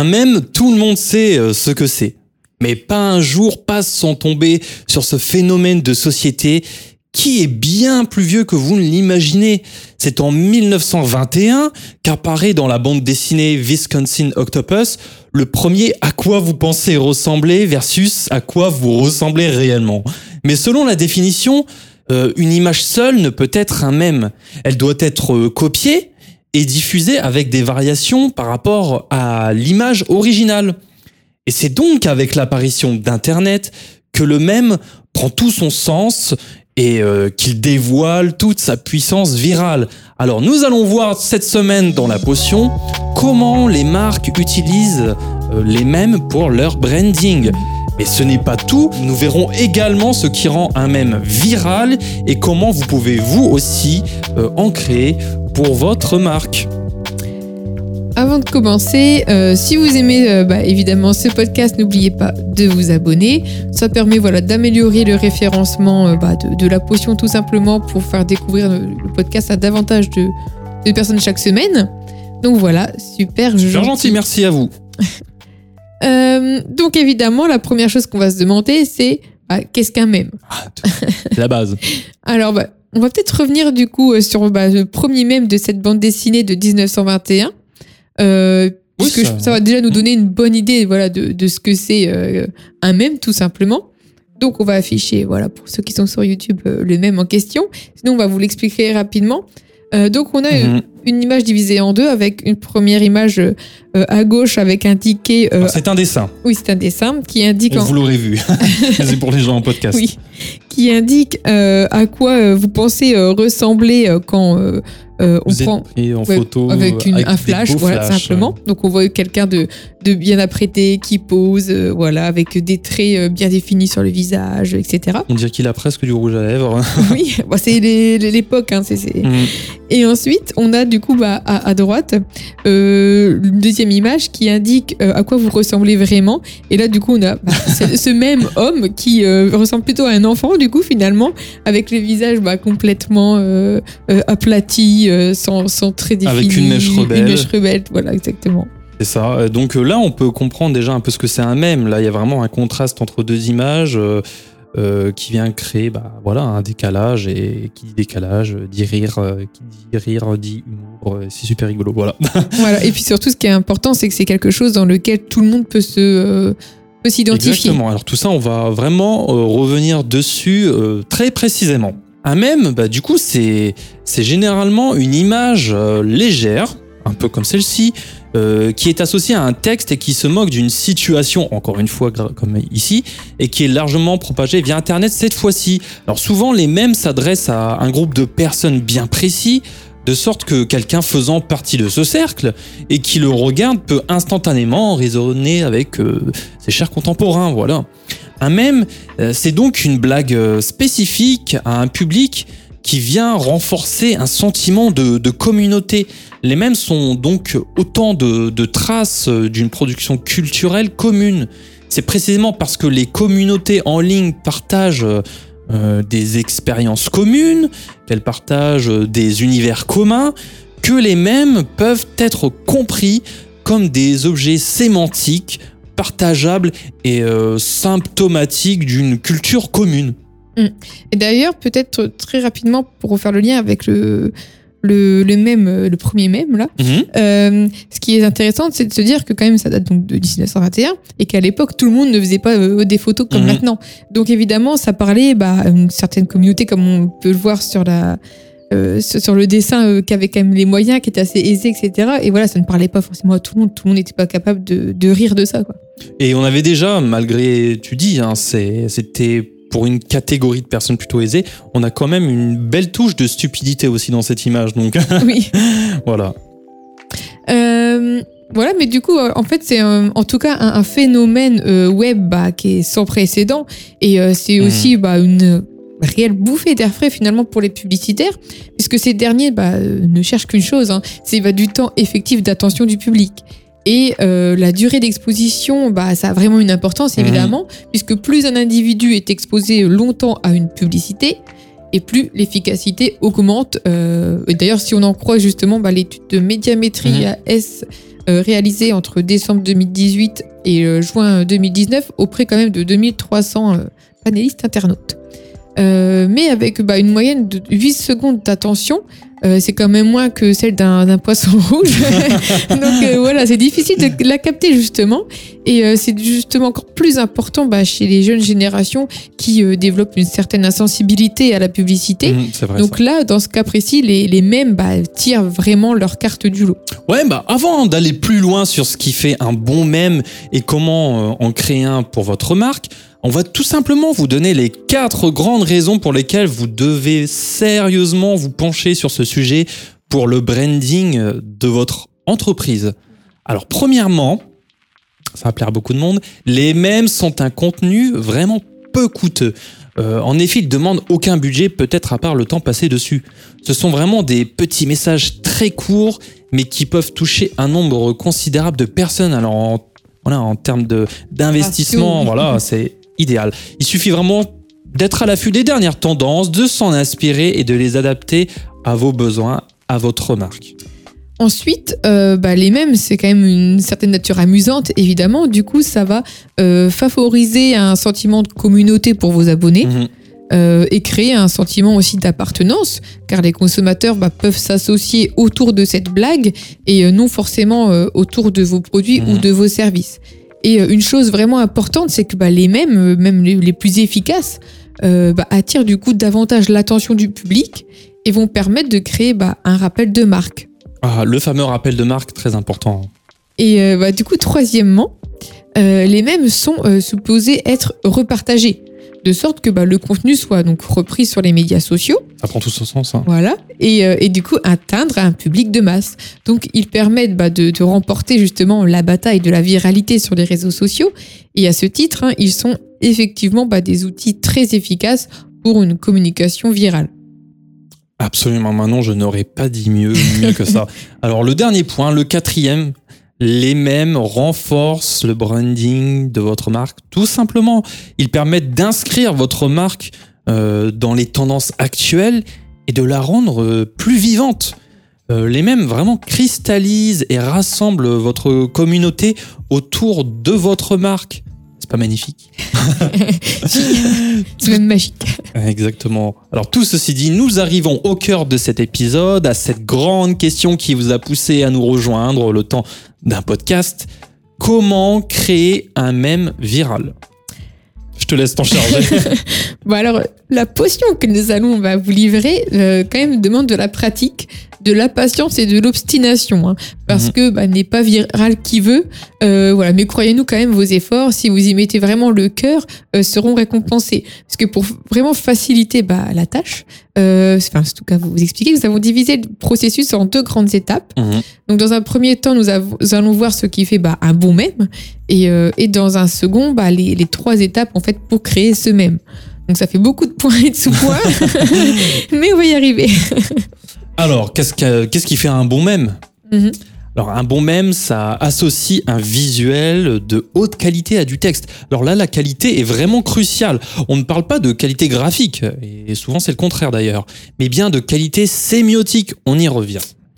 Un mème, tout le monde sait ce que c'est. Mais pas un jour passe sans tomber sur ce phénomène de société qui est bien plus vieux que vous ne l'imaginez. C'est en 1921 qu'apparaît dans la bande dessinée Wisconsin Octopus le premier à quoi vous pensez ressembler versus à quoi vous ressemblez réellement. Mais selon la définition, une image seule ne peut être un mème. Elle doit être copiée et diffusée avec des variations par rapport à l'image originale. Et c'est donc avec l'apparition d'Internet que le mème prend tout son sens et qu'il dévoile toute sa puissance virale. Alors nous allons voir cette semaine dans la potion comment les marques utilisent les mèmes pour leur branding. Et ce n'est pas tout, nous verrons également ce qui rend un mème viral et comment vous pouvez vous aussi en créer pour votre marque. Avant de commencer, si vous aimez évidemment ce podcast, n'oubliez pas de vous abonner. Ça permet d'améliorer le référencement de la potion tout simplement pour faire découvrir le podcast à davantage de personnes chaque semaine. Donc voilà, super gentil, merci à vous. Donc évidemment, la première chose qu'on va se demander, c'est qu'est-ce qu'un mème ? C'est la base. Alors on va peut-être revenir du coup sur le premier mème de cette bande dessinée de 1921. Puisque ça va déjà nous donner une bonne idée de ce que c'est un mème tout simplement. Donc on va afficher pour ceux qui sont sur YouTube le mème en question, sinon on va vous l'expliquer rapidement. Donc on a une image divisée en deux avec une première image à gauche avec indiqué... c'est un dessin. Oui, c'est un dessin qui indique... Vous l'aurez vu, c'est pour les gens en podcast. Oui, qui indique à quoi vous pensez ressembler quand... on prend pris en photo avec un flash, simplement. Donc on voit quelqu'un de bien apprêté qui pose, avec des traits bien définis sur le visage, etc. On dirait qu'il a presque du rouge à lèvres. Oui, c'est l'époque. Et ensuite, on a du coup à droite une deuxième image qui indique à quoi vous ressemblez vraiment. Et là, du coup, on a ce même homme qui ressemble plutôt à un enfant, du coup, finalement, avec le visage complètement aplati, sans trait défini. Avec une mèche rebelle. Une mèche rebelle, voilà, exactement. C'est ça. Donc là, on peut comprendre déjà un peu ce que c'est un mème. Là, il y a vraiment un contraste entre deux images qui vient créer un décalage. Et qui dit décalage dit rire. Qui dit rire dit humour. C'est super rigolo. Voilà. Voilà. Et puis surtout, ce qui est important, c'est que c'est quelque chose dans lequel tout le monde peut s'identifier. Exactement. Alors tout ça, on va vraiment revenir dessus très précisément. Un mème, du coup, c'est généralement une image légère, un peu comme celle-ci, qui est associée à un texte et qui se moque d'une situation, encore une fois comme ici, et qui est largement propagée via Internet cette fois-ci. Alors souvent, les mèmes s'adressent à un groupe de personnes bien précis, de sorte que quelqu'un faisant partie de ce cercle et qui le regarde peut instantanément raisonner avec ses chers contemporains, voilà. Un mème, c'est donc une blague spécifique à un public qui vient renforcer un sentiment de communauté. Les mèmes sont donc autant de traces d'une production culturelle commune. C'est précisément parce que les communautés en ligne partagent des expériences communes, qu'elles partagent des univers communs, que les mèmes peuvent être compris comme des objets sémantiques partageable et symptomatique d'une culture commune. Et d'ailleurs, peut-être très rapidement, pour refaire le lien avec le mème, le premier mème, là, ce qui est intéressant, c'est de se dire que quand même, ça date donc de 1921 et qu'à l'époque, tout le monde ne faisait pas des photos comme maintenant. Donc évidemment, ça parlait à une certaine communauté, comme on peut le voir sur le dessin qui avait quand même les moyens, qui était assez aisé, etc. Et voilà, ça ne parlait pas forcément à tout le monde n'était pas capable de rire de ça, quoi. Et on avait déjà, malgré, tu dis, c'était pour une catégorie de personnes plutôt aisées, on a quand même une belle touche de stupidité aussi dans cette image, donc oui. Voilà. Voilà, mais du coup, en fait, c'est en tout cas un phénomène web qui est sans précédent et c'est aussi une réelle bouffée d'air frais finalement pour les publicitaires, puisque ces derniers ne cherchent qu'une chose, c'est du temps effectif d'attention du public. Et la durée d'exposition, ça a vraiment une importance évidemment, puisque plus un individu est exposé longtemps à une publicité, et plus l'efficacité augmente. Et d'ailleurs, si on en croit justement l'étude de médiamétrie réalisé entre décembre 2018 et juin 2019 auprès quand même de 2300 panélistes internautes. Mais avec une moyenne de 8 secondes d'attention, c'est quand même moins que celle d'un poisson rouge. Donc voilà, c'est difficile de la capter justement. Et c'est justement encore plus important chez les jeunes générations qui développent une certaine insensibilité à la publicité. C'est vrai. Donc là, dans ce cas précis, les mèmes tirent vraiment leur carte du lot. Ouais, avant d'aller plus loin sur ce qui fait un bon mème et comment en créer un pour votre marque, on va tout simplement vous donner les 4 grandes raisons pour lesquelles vous devez sérieusement vous pencher sur ce sujet pour le branding de votre entreprise. Alors, premièrement, ça va plaire à beaucoup de monde, les mèmes sont un contenu vraiment peu coûteux. En effet, ils ne demandent aucun budget, peut-être à part le temps passé dessus. Ce sont vraiment des petits messages très courts, mais qui peuvent toucher un nombre considérable de personnes. Alors, en termes d'investissement, c'est idéal. Il suffit vraiment d'être à l'affût des dernières tendances, de s'en inspirer et de les adapter à vos besoins, à votre marque. Ensuite, les mèmes, c'est quand même une certaine nature amusante, évidemment. Du coup, ça va favoriser un sentiment de communauté pour vos abonnés et créer un sentiment aussi d'appartenance, car les consommateurs peuvent s'associer autour de cette blague et non forcément autour de vos produits ou de vos services. Et une chose vraiment importante, c'est que les mèmes, même les plus efficaces, attirent du coup davantage l'attention du public et vont permettre de créer un rappel de marque. Ah, le fameux rappel de marque, très important. Et du coup, troisièmement, les mèmes sont supposés être repartagés, de sorte que le contenu soit donc repris sur les médias sociaux. Ça prend tout son sens. Hein. Voilà, et du coup atteindre un public de masse. Donc ils permettent de remporter justement la bataille de la viralité sur les réseaux sociaux. Et à ce titre, ils sont effectivement des outils très efficaces pour une communication virale. Absolument, Manon, je n'aurais pas dit mieux que ça. Alors le dernier point, le 4e, les mèmes renforcent le branding de votre marque. Tout simplement, ils permettent d'inscrire votre marque dans les tendances actuelles et de la rendre plus vivante. Les mèmes vraiment cristallisent et rassemblent votre communauté autour de votre marque. C'est pas magnifique? C'est même magique. Exactement. Alors tout ceci dit, nous arrivons au cœur de cet épisode, à cette grande question qui vous a poussé à nous rejoindre le temps d'un podcast. Comment créer un mème viral? Je te laisse t'en charger. Alors, la potion que nous allons vous livrer, quand même, demande de la pratique, de la patience et de l'obstination. Parce que n'est pas viral qui veut. Mais croyez-nous quand même, vos efforts, si vous y mettez vraiment le cœur, seront récompensés. Parce que pour vraiment faciliter la tâche, en tout cas vous expliquer, nous avons divisé le processus en 2 grandes étapes. Donc dans un premier temps, nous allons voir ce qui fait un bon mème. Et dans un second, les 3 étapes en fait pour créer ce mème. Donc ça fait beaucoup de points et de sous-points, mais on va y arriver. Alors, qu'est-ce qui fait un bon mème? Alors, un bon mème, ça associe un visuel de haute qualité à du texte. Alors là, la qualité est vraiment cruciale. On ne parle pas de qualité graphique, et souvent c'est le contraire d'ailleurs, mais bien de qualité sémiotique. On y revient.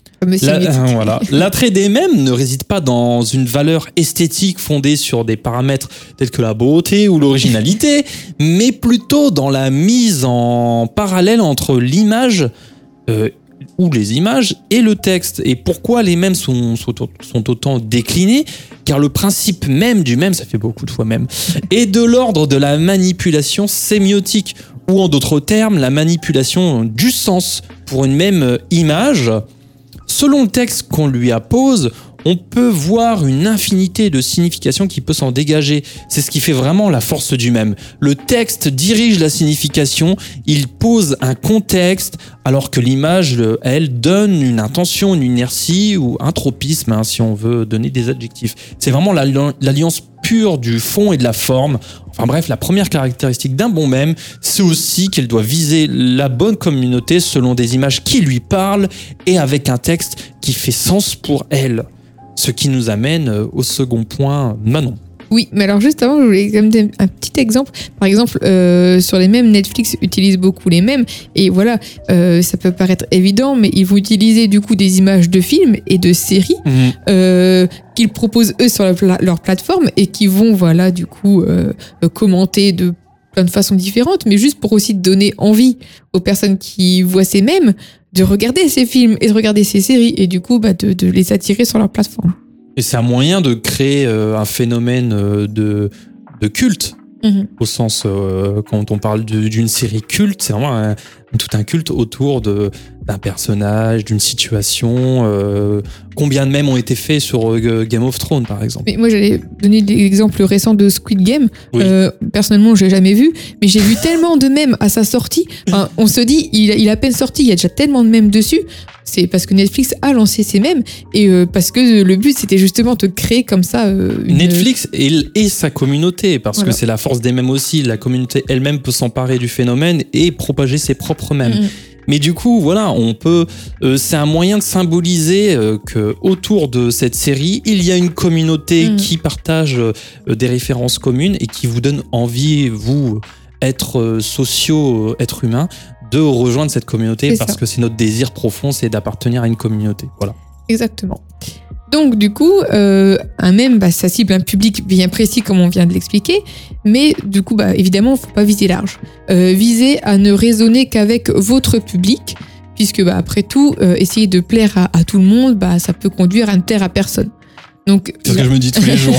L'attrait des mèmes ne réside pas dans une valeur esthétique fondée sur des paramètres tels que la beauté ou l'originalité, mais plutôt dans la mise en parallèle entre l'image ou les images et le texte. Et pourquoi les mèmes sont autant déclinés? Car le principe même du mème, ça fait beaucoup de fois mème, est de l'ordre de la manipulation sémiotique, ou en d'autres termes, la manipulation du sens pour une même image. Selon le texte qu'on lui appose, on peut voir une infinité de significations qui peut s'en dégager. C'est ce qui fait vraiment la force du mème. Le texte dirige la signification, il pose un contexte, alors que l'image, elle, donne une intention, une inertie ou un tropisme, si on veut donner des adjectifs. C'est vraiment l'alliance pure du fond et de la forme. Enfin bref, la première caractéristique d'un bon mème, c'est aussi qu'elle doit viser la bonne communauté selon des images qui lui parlent et avec un texte qui fait sens pour elle. Ce qui nous amène au second point, Manon. Oui, mais alors juste avant, je voulais donner un petit exemple. Par exemple, sur les mèmes, Netflix utilise beaucoup les mèmes. Et voilà, ça peut paraître évident, mais ils vont utiliser du coup des images de films et de séries qu'ils proposent eux sur leur plateforme et qui vont, voilà, du coup, commenter de plein de façons différentes, mais juste pour aussi donner envie aux personnes qui voient ces mèmes de regarder ces films et de regarder ces séries et du coup, de les attirer sur leur plateforme. Et c'est un moyen de créer un phénomène de culte, au sens, quand on parle d'une série culte, c'est vraiment tout un culte autour d'un personnage, d'une situation. Combien de mèmes ont été faits sur Game of Thrones, par exemple? Mais moi, j'allais donner l'exemple récent de Squid Game. Oui. Personnellement, je l'ai jamais vu, mais j'ai vu tellement de mèmes à sa sortie. Enfin, on se dit, il a à peine sorti, il y a déjà tellement de mèmes dessus. C'est parce que Netflix a lancé ces mèmes et parce que le but, c'était justement de créer comme ça Netflix et sa communauté, parce que c'est la force des mèmes aussi. La communauté elle-même peut s'emparer du phénomène et propager ses propres mèmes. Mais du coup, voilà, on peut. C'est un moyen de symboliser que autour de cette série, il y a une communauté qui partage des références communes et qui vous donne envie, vous, êtres sociaux, êtres humains, de rejoindre cette communauté parce que c'est notre désir profond, c'est d'appartenir à une communauté. Voilà. Exactement. Donc du coup, un mème, ça cible un public bien précis comme on vient de l'expliquer, mais du coup, évidemment, il ne faut pas viser large. Viser à ne raisonner qu'avec votre public, puisque après tout, essayer de plaire à tout le monde, ça peut conduire à ne plaire à personne. Donc, c'est ce que je me dis tous les jours.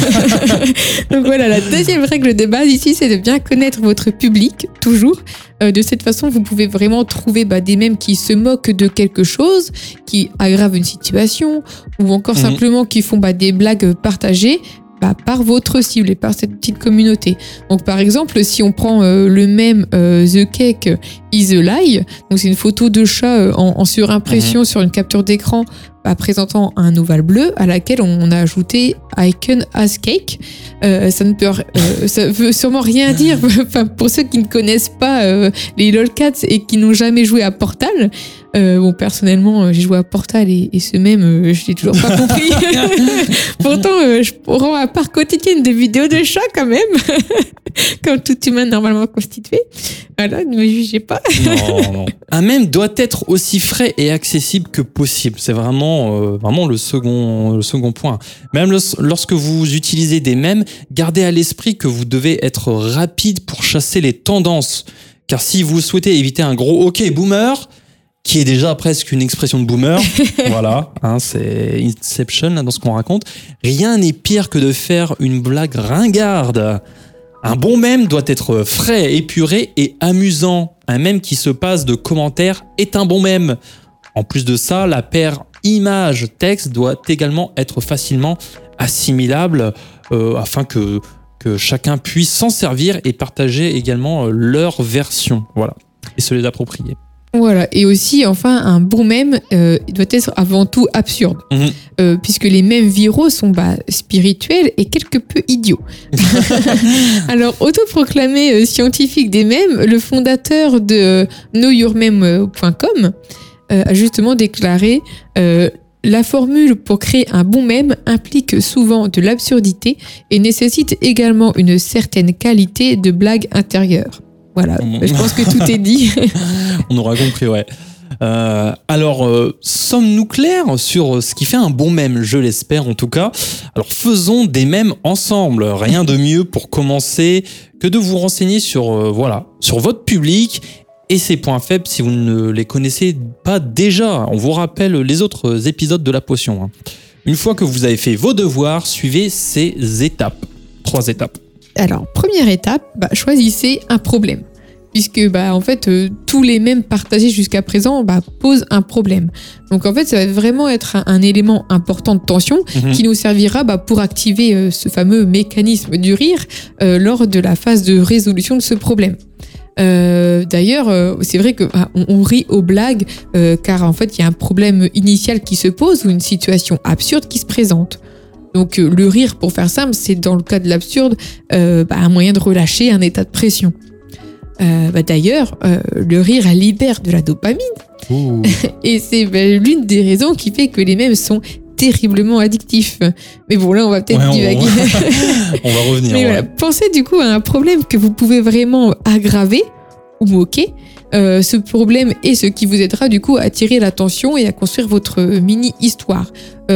Donc voilà, la deuxième règle de base ici, c'est de bien connaître votre public, toujours. De cette façon, vous pouvez vraiment trouver des mèmes qui se moquent de quelque chose, qui aggravent une situation, ou encore simplement qui font des blagues partagées par votre cible et par cette petite communauté. Donc par exemple, si on prend le mème The Cake is a Lie, donc c'est une photo de chat en surimpression sur une capture d'écran présentant un ovale bleu à laquelle on a ajouté Icon as Cake. Ça veut sûrement rien dire pour ceux qui ne connaissent pas les LOLcats et qui n'ont jamais joué à Portal. Personnellement, j'ai joué à Portal et ce même, je l'ai toujours pas compris. Pourtant, je rends à part quotidienne de vidéos de chats quand même, comme tout humain normalement constitué. Voilà, ne me jugez pas. Non. Un mème doit être aussi frais et accessible que possible. C'est vraiment le second point. Même lorsque vous utilisez des mèmes, gardez à l'esprit que vous devez être rapide pour chasser les tendances. Car si vous souhaitez éviter un gros OK boomer, qui est déjà presque une expression de boomer, voilà, c'est Inception là, dans ce qu'on raconte, rien n'est pire que de faire une blague ringarde. Un bon mème doit être frais, épuré et amusant. Un mème qui se passe de commentaires est un bon mème. En plus de ça, la paire image-texte doit également être facilement assimilable afin que chacun puisse s'en servir et partager également leur version. Voilà, et se les approprier. Voilà, et aussi, enfin, un bon mème doit être avant tout absurde, puisque les mèmes viraux sont spirituels et quelque peu idiots. Alors, autoproclamé scientifique des mèmes, le fondateur de knowyourmeme.com a justement déclaré la formule pour créer un bon mème implique souvent de l'absurdité et nécessite également une certaine qualité de blague intérieure. Voilà, je pense que tout est dit. On aura compris, ouais. Alors, sommes-nous clairs sur ce qui fait un bon mème? Je l'espère en tout cas. Alors, faisons des mèmes ensemble. Rien de mieux pour commencer que de vous renseigner sur votre public et ses points faibles si vous ne les connaissez pas déjà. On vous rappelle les autres épisodes de la potion. Une fois que vous avez fait vos devoirs, suivez ces étapes. 3 étapes. Alors, première étape, choisissez un problème. Puisque, en fait, tous les mèmes partagés jusqu'à présent posent un problème. Donc, en fait, ça va vraiment être un élément important de tension qui nous servira pour activer ce fameux mécanisme du rire lors de la phase de résolution de ce problème. D'ailleurs, c'est vrai que on rit aux blagues car, en fait, il y a un problème initial qui se pose ou une situation absurde qui se présente. Donc le rire, pour faire simple, c'est dans le cas de l'absurde un moyen de relâcher un état de pression. D'ailleurs, le rire libère de la dopamine. Et c'est l'une des raisons qui fait que les mèmes sont terriblement addictif. Mais bon, là, on va peut-être divaguer. On va revenir. Mais voilà, pensez du coup à un problème que vous pouvez vraiment aggraver ou moquer. Ce problème est ce qui vous aidera du coup à attirer l'attention et à construire votre mini-histoire.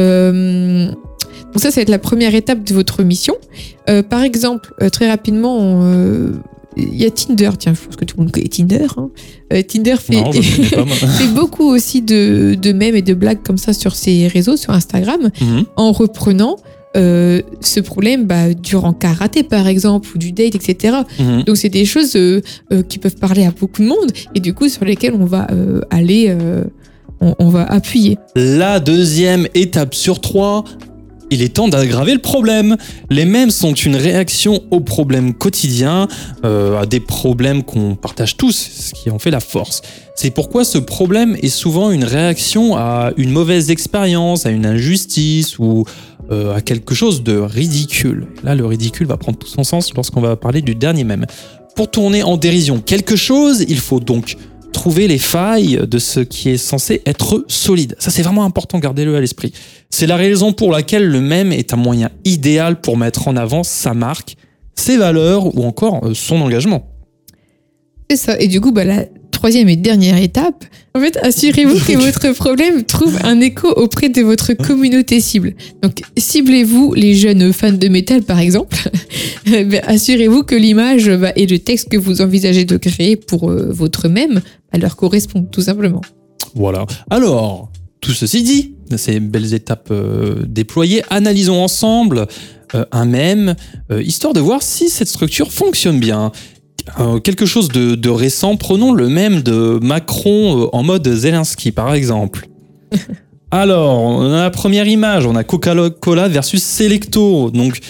Donc ça va être la première étape de votre mission. Par exemple, très rapidement, il y a Tinder. Tiens, je pense que tout le monde connaît Tinder. Hein. Tinder fait beaucoup aussi de mèmes et de blagues comme ça sur ses réseaux, sur Instagram, en reprenant ce problème du rang karaté par exemple, ou du date, etc. Donc c'est des choses qui peuvent parler à beaucoup de monde et du coup sur lesquelles on va aller, on va appuyer. La deuxième étape sur 3, il est temps d'aggraver le problème. Les mèmes sont une réaction aux problèmes quotidiens, à des problèmes qu'on partage tous, ce qui en fait la force. C'est pourquoi ce problème est souvent une réaction à une mauvaise expérience, à une injustice ou à quelque chose de ridicule. Là, le ridicule va prendre tout son sens lorsqu'on va parler du dernier mème. Pour tourner en dérision quelque chose, il faut donc trouver les failles de ce qui est censé être solide. Ça, c'est vraiment important, gardez-le à l'esprit. C'est la raison pour laquelle le mème est un moyen idéal pour mettre en avant sa marque, ses valeurs ou encore son engagement. C'est ça. Et du coup, la troisième et dernière étape, en fait, assurez-vous que votre problème trouve un écho auprès de votre communauté cible. Donc, ciblez-vous les jeunes fans de métal, par exemple. Assurez-vous que l'image et le texte que vous envisagez de créer pour votre mème leur correspondent, tout simplement. Voilà. Alors, tout ceci dit, ces belles étapes déployées, analysons ensemble un mème, histoire de voir si cette structure fonctionne bien. Quelque chose de récent, prenons le mème de Macron en mode Zelensky, par exemple. Alors, on a la première image, on a Coca-Cola versus Selecto. Donc,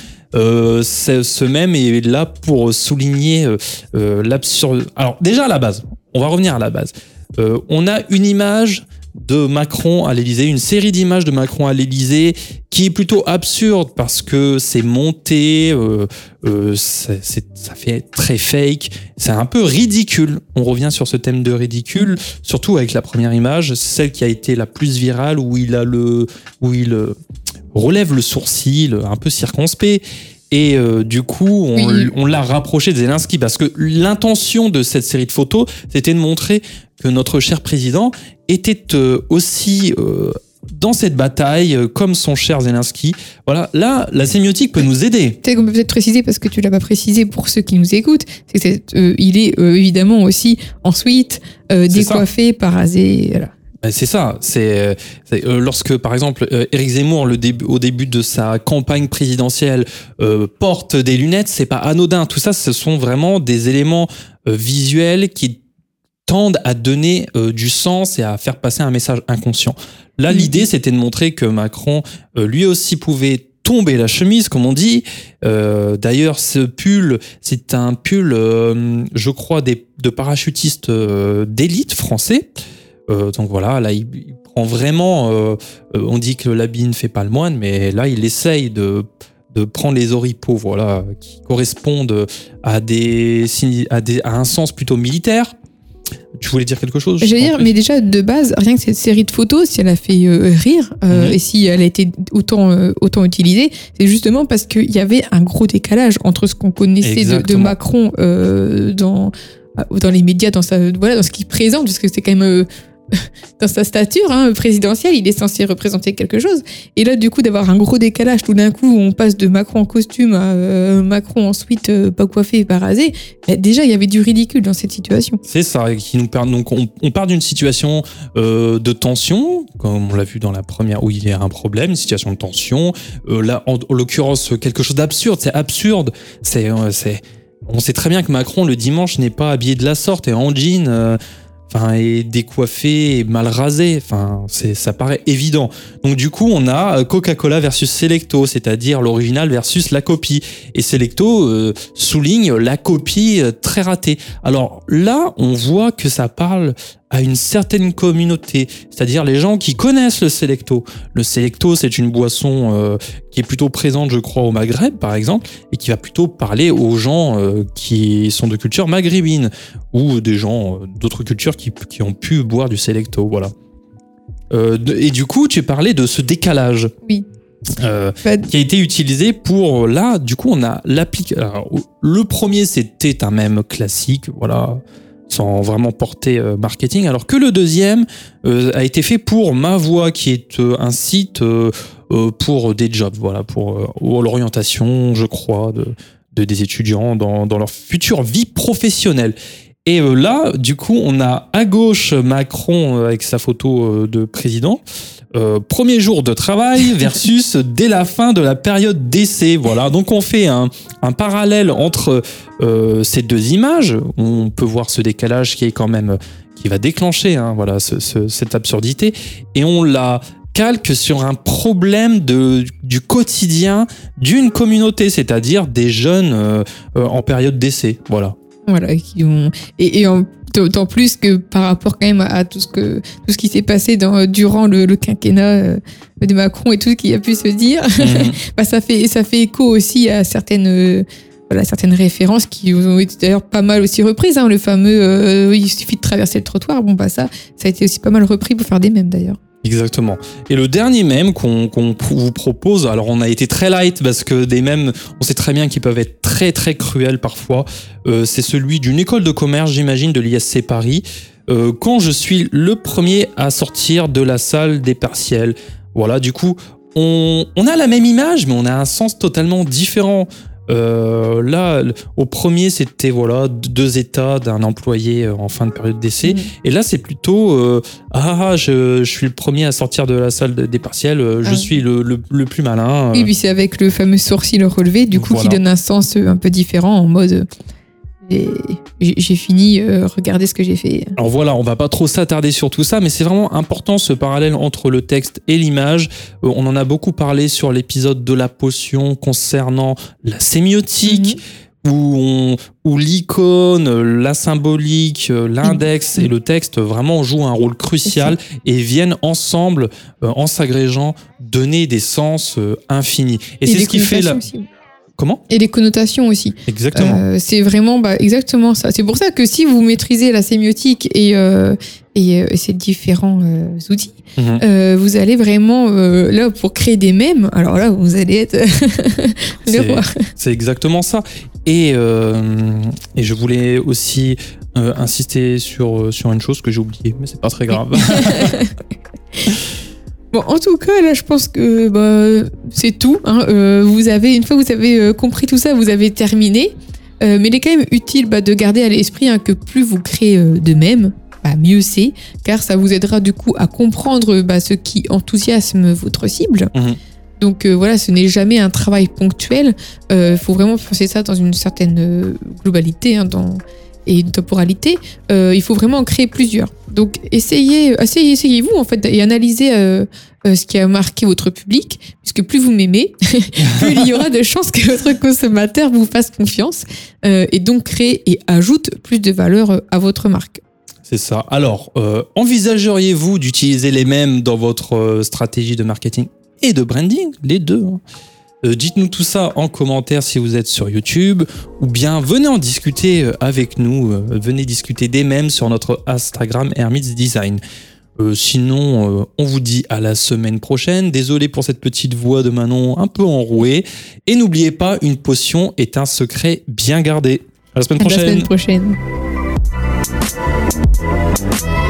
ce mème est là pour souligner l'absurde. Alors, déjà à la base, on va revenir à la base. On a une image de Macron à l'Élysée, une série d'images de Macron à l'Élysée qui est plutôt absurde parce que c'est monté, ça fait très fake, c'est un peu ridicule. On revient sur ce thème de ridicule, surtout avec la première image, celle qui a été la plus virale où il relève le sourcil, un peu circonspect. Et du coup, on l'a rapproché de Zelensky parce que l'intention de cette série de photos, c'était de montrer que notre cher président était aussi dans cette bataille comme son cher Zelensky. Voilà, là, la sémiotique peut nous aider. Peut-être qu'on peut peut-être préciser, parce que tu l'as pas précisé pour ceux qui nous écoutent, c'est que il est évidemment aussi en suite, décoiffé, parasé, voilà. C'est ça, c'est lorsque par exemple Éric Zemmour au début de sa campagne présidentielle porte des lunettes, c'est pas anodin. Tout ça, ce sont vraiment des éléments visuels qui tendent à donner du sens et à faire passer un message inconscient. Là, l'idée, c'était de montrer que Macron, lui aussi, pouvait tomber la chemise, comme on dit. D'ailleurs, ce pull, c'est un pull, je crois, de parachutistes d'élite français. Donc voilà, là il prend vraiment, on dit que l'habit ne fait pas le moine, mais là il essaye de prendre les oripeaux, voilà, qui correspondent à un sens plutôt militaire. Tu voulais dire quelque chose? J'allais dire, mais déjà de base, rien que cette série de photos, si elle a fait rire et si elle a été autant utilisée, c'est justement parce qu'il y avait un gros décalage entre ce qu'on connaissait de Macron dans les médias, dans ce qu'il présente, parce que c'est quand même dans sa stature présidentielle, il est censé représenter quelque chose. Et là, du coup, d'avoir un gros décalage, tout d'un coup, on passe de Macron en costume à Macron ensuite pas coiffé et pas rasé. Déjà, il y avait du ridicule dans cette situation. C'est ça, qui nous permet. Donc, on part d'une situation de tension, comme on l'a vu dans la première, où il y a un problème, une situation de tension. Là, en l'occurrence, quelque chose d'absurde. C'est absurde. On sait très bien que Macron, le dimanche, n'est pas habillé de la sorte et en jean. Et décoiffé et mal rasé, ça paraît évident. Donc du coup, on a Coca-Cola versus Selecto, c'est-à-dire l'original versus la copie. Et Selecto souligne la copie très ratée. Alors là, on voit que ça parle à une certaine communauté, c'est-à-dire les gens qui connaissent le Selecto. Le Selecto, c'est une boisson qui est plutôt présente, je crois, au Maghreb, par exemple, et qui va plutôt parler aux gens qui sont de culture maghrébine, ou des gens d'autres cultures qui ont pu boire du Selecto, voilà. Et du coup, tu parlais de ce décalage. Oui. Qui a été utilisé pour là, du coup, on a l'application. Le premier, c'était un mème classique, voilà, sans vraiment porter marketing, alors que le deuxième a été fait pour Ma Voix, qui est un site pour des jobs, voilà, pour l'orientation, je crois, des étudiants dans leur future vie professionnelle. Et là, du coup, on a à gauche Macron avec sa photo de président. Premier jour de travail versus dès la fin de la période d'essai. Voilà, donc on fait un parallèle entre ces deux images. On peut voir ce décalage qui va déclencher voilà, cette absurdité. Et on la calque sur un problème du quotidien d'une communauté, c'est-à-dire des jeunes en période d'essai. Voilà. Voilà, d'autant plus que par rapport quand même à tout ce qui s'est passé durant le quinquennat de Macron et tout ce qu'il a pu se dire, ça fait écho aussi à certaines références qui ont été d'ailleurs pas mal aussi reprises. Le fameux il suffit de traverser le trottoir. Bon, ça a été aussi pas mal repris pour faire des mèmes d'ailleurs. Exactement. Et le dernier mème qu'on vous propose, alors on a été très light parce que des mèmes, on sait très bien qu'ils peuvent être très très cruels parfois. C'est celui d'une école de commerce, j'imagine, de l'ISC Paris. Quand je suis le premier à sortir de la salle des partiels. Voilà, du coup, on a la même image, mais on a un sens totalement différent. Là, au premier, c'était voilà 2 états d'un employé en fin de période d'essai. Et là, c'est plutôt je suis le premier à sortir de la salle des partiels. Je suis le plus malin. Oui, puis c'est avec le fameux sourcil relevé, du coup, voilà, qui donne un sens un peu différent en mode. J'ai fini, regardez ce que j'ai fait. Alors voilà, on va pas trop s'attarder sur tout ça, mais c'est vraiment important ce parallèle entre le texte et l'image. On en a beaucoup parlé sur l'épisode de la potion concernant la sémiotique, où l'icône, la symbolique, l'index et le texte vraiment jouent un rôle crucial et viennent ensemble, en s'agrégeant, donner des sens infinis. Et c'est ce qui fait la... Aussi. Comment ? Et les connotations aussi. Exactement. C'est vraiment exactement ça. C'est pour ça que si vous maîtrisez la sémiotique et ces différents outils, vous allez vraiment là pour créer des mèmes. Alors là, vous allez être le roi. C'est exactement ça. Et je voulais aussi insister sur une chose que j'ai oubliée, mais c'est pas très grave. Bon, en tout cas, là, je pense que c'est tout. Une fois que vous avez compris tout ça, vous avez terminé. Mais il est quand même utile de garder à l'esprit que plus vous créez de mèmes, mieux c'est, car ça vous aidera du coup à comprendre ce qui enthousiasme votre cible. Donc voilà, ce n'est jamais un travail ponctuel. Faut vraiment penser ça dans une certaine globalité, et une temporalité. Il faut vraiment en créer plusieurs. Donc essayez-vous en fait et analysez ce qui a marqué votre public, puisque plus vous m'aimez, plus il y aura de chances que votre consommateur vous fasse confiance et donc crée et ajoute plus de valeur à votre marque. C'est ça. Alors, envisageriez-vous d'utiliser les mèmes dans votre stratégie de marketing et de branding, les deux, dites-nous tout ça en commentaire si vous êtes sur YouTube, ou bien venez en discuter avec nous, venez discuter des mèmes sur notre Instagram Hermits Design. Sinon, on vous dit à la semaine prochaine. Désolé pour cette petite voix de Manon un peu enrouée. Et n'oubliez pas, une potion est un secret bien gardé. À la semaine prochaine. À la semaine prochaine.